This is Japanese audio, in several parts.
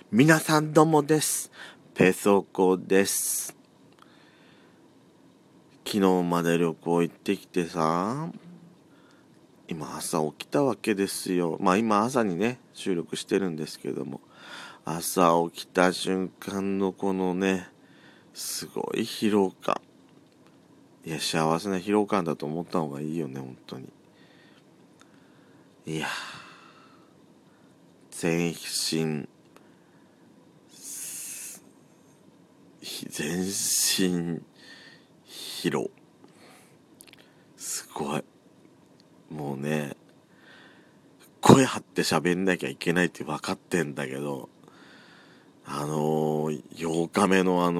皆さんどうもです。ペソコです。昨日まで旅行行ってきてさ、今朝起きたわけですよ。今朝にね収録してるんですけども、朝起きた瞬間のこのねすごい疲労感。いや、幸せな疲労感だと思った方がいいよね、本当に。いや、全身疲労、すごい。もうね、声張って喋んなきゃいけないって分かってんだけど、8日目の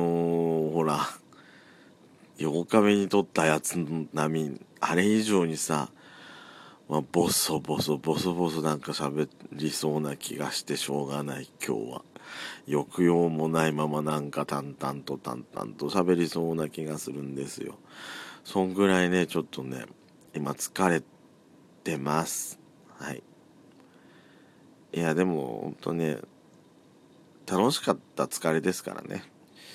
8日目に撮ったやつの波、あれ以上にさ、ボソボソなんか喋りそうな気がしてしょうがない、今日は。抑揚もないままなんか淡々と喋りそうな気がするんですよ。そんぐらいね、ちょっとね、今疲れてます。はい。いや、でも、ほんとね、楽しかった疲れですからね。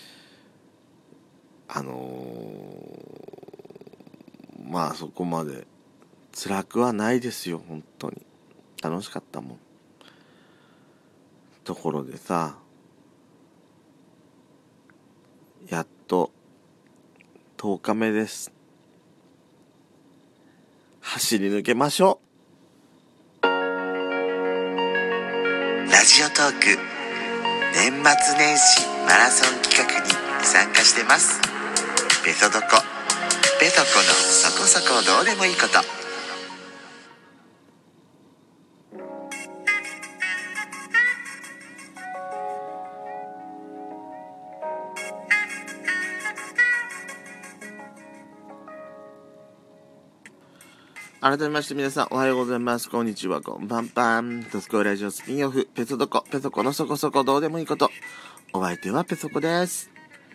そこまで辛くはないですよ、本当に。楽しかったもん。ところでさ、やっと10日目です。走り抜けましょう。 ラジオトーク年末年始マラソン企画に参加してます。ペソドコのそこそこどうでもいいこと。 改めまして皆さんおはようございます。こんにちは、こんばんぱん。ドスコイラジオスピンオフ、ペソコのそこそこどうでもいいこと。お相手はペソコです。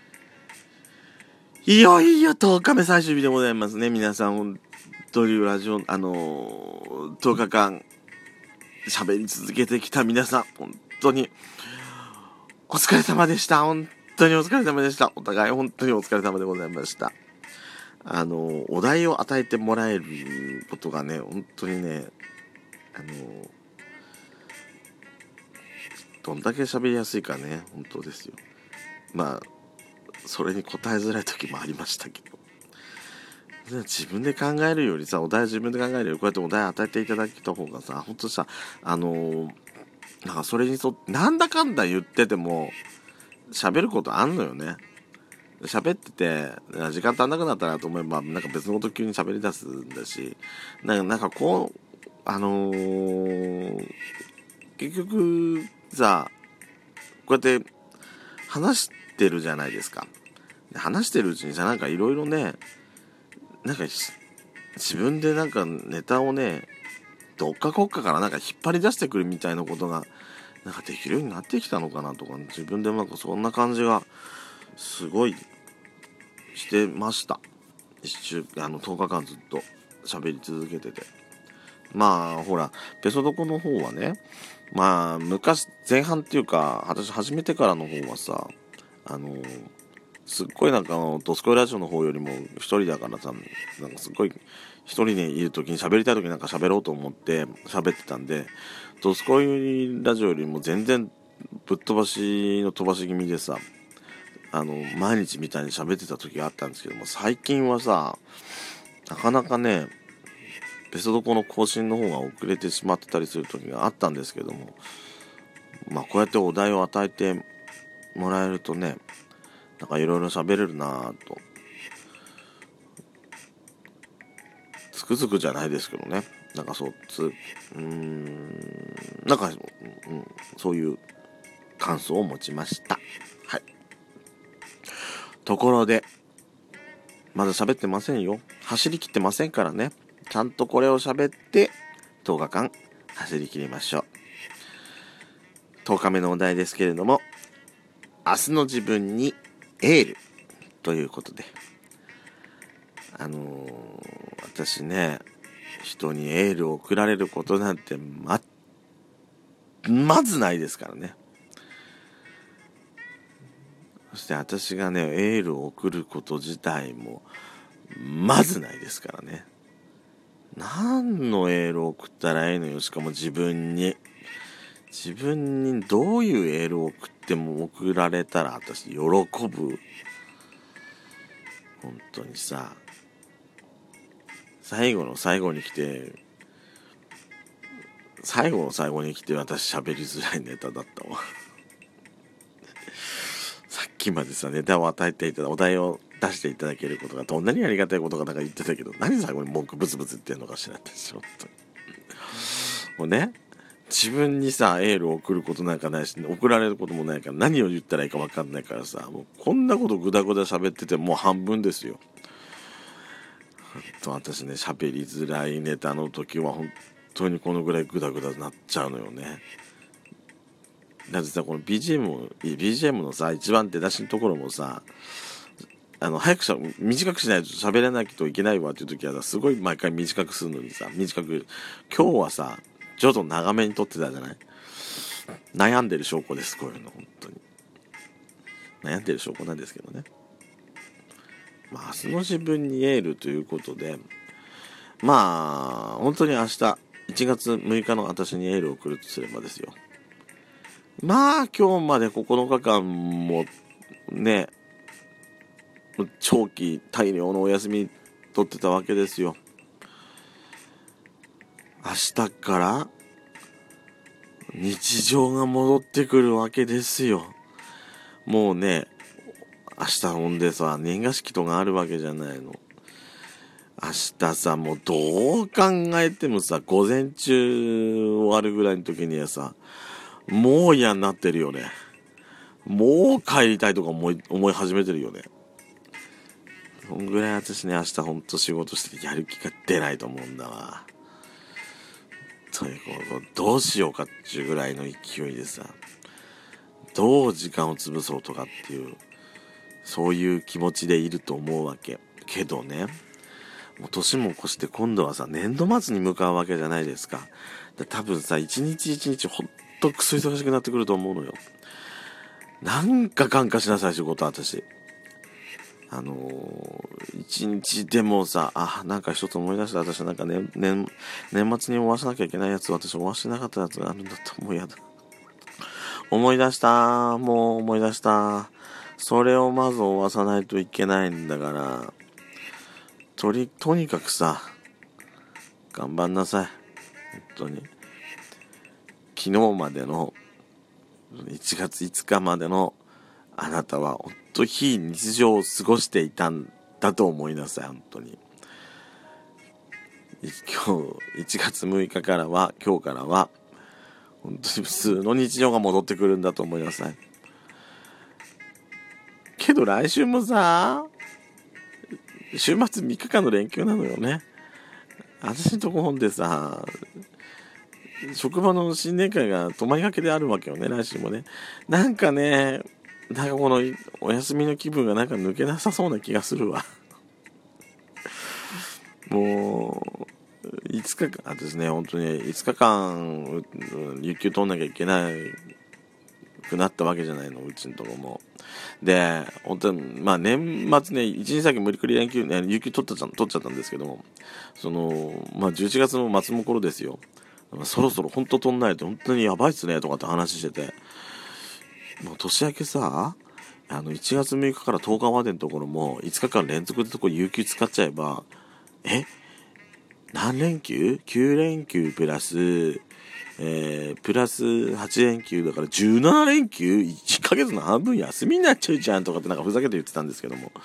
いよいよ10日目最終日でございますね。皆さん、本当にラジオ、10日間喋り続けてきた皆さん、本当にお疲れ様でした。本当にお疲れ様でした。お互い本当にお疲れ様でございました。お題を与えてもらえることがね、本当にね、どんだけ喋りやすいかね、本当ですよ。それに答えづらい時もありましたけど。自分で考えるよりさ、お題自分で考えるより、こうやってお題与えていただいた方がさ、本当さ、なんかそれになんだかんだ言ってても、喋ることあんのよね。喋ってて、時間足んなくなったなと思えば、なんか別のこと急に喋り出すんだし、なんかこう、結局さ、こうやって話してるじゃないですか。話してるうちにさ、なんかいろいろね、なんか自分でなんかネタをね、どっかこっかからなんか引っ張り出してくるみたいなことが、なんかできるようになってきたのかなとか、自分でなんかそんな感じが、すごいしてました。10日間ずっと喋り続けてて。ほら、ペソドコの方はね、前半っていうか、私始めてからの方はさ、すっごいなんかドスコイラジオの方よりも一人だからさ、なんかすっごい一人でいる時に喋りたい時になんか喋ろうと思って喋ってたんで、ドスコイラジオよりも全然ぶっ飛ばしの飛ばし気味でさ、毎日みたいに喋ってた時があったんですけども、最近はさ、なかなかね、ペソドコの更新の方が遅れてしまってたりする時があったんですけども、こうやってお題を与えてもらえるとね、なんかいろいろ喋れるなぁと、つくづくじゃないですけどね、なんかなんか、そういう感想を持ちました。はい。ところで、まだ喋ってませんよ。走り切ってませんからね。ちゃんとこれを喋って10日間走り切りましょう。10日目のお題ですけれども、明日の自分にエールということで、私ね、人にエールを送られることなんてまずないですからね。 そして私がねエールを送ること自体もまずないですからね。何のエールを送ったらいいのよ。しかも自分にどういうエールを送っても送られたら私喜ぶ。本当にさ、最後の最後に来て私喋りづらいネタだったわさっきまでさネタを与えていただお題を出していただけることがどんなにありがたいことかなんか言ってたけど、何最後に文句ブツブツ言ってんのかしらってちょっともうね、自分にさエールを送ることなんかないし、送られることもないから何を言ったらいいか分かんないからさ、もうこんなことグダグダ喋っててもう半分ですよ。私ね喋りづらいネタの時は本当にこのぐらいグダグダになっちゃうのよね。だってさ、この BGM のさ一番出だしのところもさ、早く短くしないと喋れないといけないわっていう時はさ、すごい毎回短くするのにさ、今日はさちょっと長めに撮ってたじゃない。悩んでる証拠です。こういうの本当に悩んでる証拠なんですけどね。明日の自分にエールということで、本当に明日1月6日の私にエールを送るとすればですよ、今日まで9日間もね長期大量のお休み取ってたわけですよ。明日から日常が戻ってくるわけですよ。もうね、明日ほんでさ年賀式とかあるわけじゃないの。明日さもうどう考えてもさ午前中終わるぐらいの時にはさもう嫌になってるよね。もう帰りたいとか思い始めてるよね。そんぐらい私ね明日ほんと仕事してやる気が出ないと思うんだわ。ということどうしようかっていうぐらいの勢いでさ、どう時間を潰そうとかっていうそういう気持ちでいると思うわけけどね、もう年も越して今度はさ年度末に向かうわけじゃないですか。多分さ一日一日ほんとクソ忙しくなってくると思うのよ。なんか感化しなさい仕事。私一日でもさなんか一つ思い出した。私なんか、年末に終わらなきゃいけないやつ、私終わしてなかったやつがあるんだった。もうやだ。思い出した。それをまず終わさないといけないんだから、とにかくさ頑張んなさい。本当に昨日までの1月5日までのあなたは本当非日常を過ごしていたんだと思いなさい。本当に今日1月6日からは今日からは本当に普通の日常が戻ってくるんだと思いなさい。けど来週もさ週末3日間の連休なのよね。私のとこほんでさ職場の新年会が泊まりがけであるわけよね。来週もねなんかこのお休みの気分がなんか抜けなさそうな気がするわもう5日間私ね本当に5日間有給取んなきゃいけなくなったわけじゃないの、うちのとこも。で本当に年末ね1日先無理くり連休ね有給取っちゃったんですけども、11月の末の頃ですよ。そろそろ本当取んないと本当にやばいっすねとかって話してて、もう年明けさ1月6日から10日までのところも5日間連続で有給使っちゃえば何連休 ?9 連休プラスプラス8連休だから17連休1ヶ月の半分休みになっちゃうじゃんとかってなんかふざけて言ってたんですけども、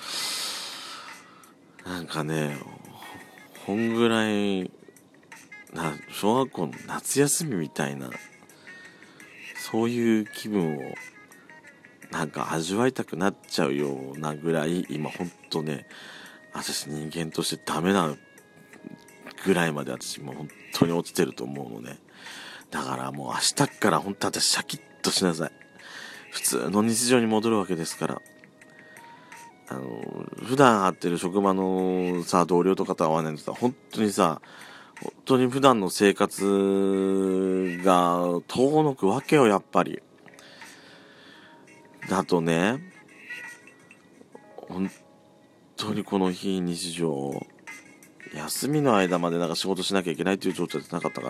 なんかねこんぐらい小学校の夏休みみたいなそういう気分をなんか味わいたくなっちゃうようなぐらい今ほんとね私人間としてダメなぐらいまで私もう本当に落ちてると思うのね。だからもう明日から本当私シャキッとしなさい。普通の日常に戻るわけですから。普段会ってる職場のさ同僚とかと会わないとさ本当に普段の生活が遠のくわけよやっぱり。だとね本当にこの非日常、休みの間までなんか仕事しなきゃいけないっていう状態じゃなかったから、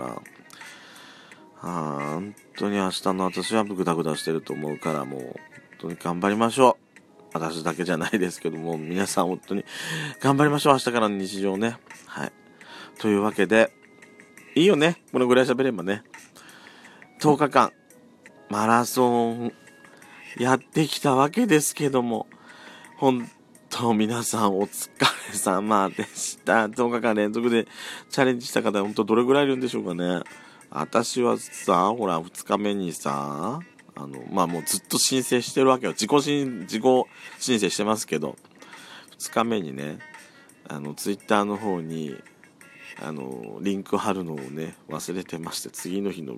本当に明日の私はグダグダしてると思うから、もう本当に頑張りましょう。私だけじゃないですけども、皆さん本当に頑張りましょう。明日からの日常ね。はい。というわけで、いいよね。このぐらい喋ればね。10日間、マラソンやってきたわけですけども、本当皆さんお疲れ様でした。10日間連続でチャレンジした方、本当どれぐらいいるんでしょうかね。私はさ、ほら、2日目にさ、もうずっと申請してるわけよ。自己申請してますけど、2日目にね、ツイッターの方に、リンク貼るのをね、忘れてまして、次の日の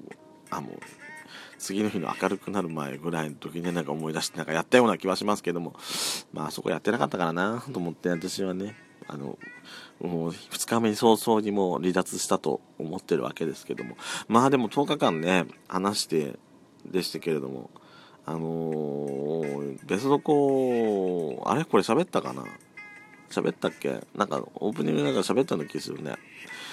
明るくなる前ぐらいの時にね、なんか思い出して、なんかやったような気はしますけども、そこやってなかったからなと思って、私はね、もう2日目に早々にもう離脱したと思ってるわけですけども、でも10日間ね、話してでしたけれども、ベストコあれこれ喋ったかな、喋ったっけ、なんかオープニングなんか喋ったような気するね。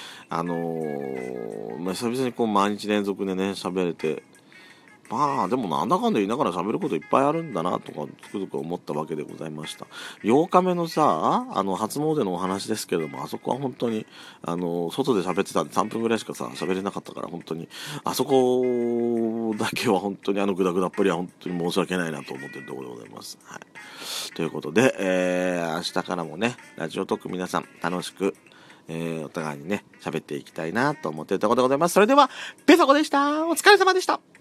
久々にこう毎日連続でね喋れて、でもなんだかんだ言いながら喋ることいっぱいあるんだなとかつくづく思ったわけでございました。8日目のさ、初詣のお話ですけれども、あそこは本当に外で喋ってたんで3分ぐらいしかさ喋れなかったから、本当にあそこだけは本当にグダグダっぷりは本当に申し訳ないなと思ってるところでございます。はい。ということで、明日からもねラジオトーク皆さん楽しくお互いにね喋っていきたいなと思っているところでございます。それではペソコでした。お疲れ様でした。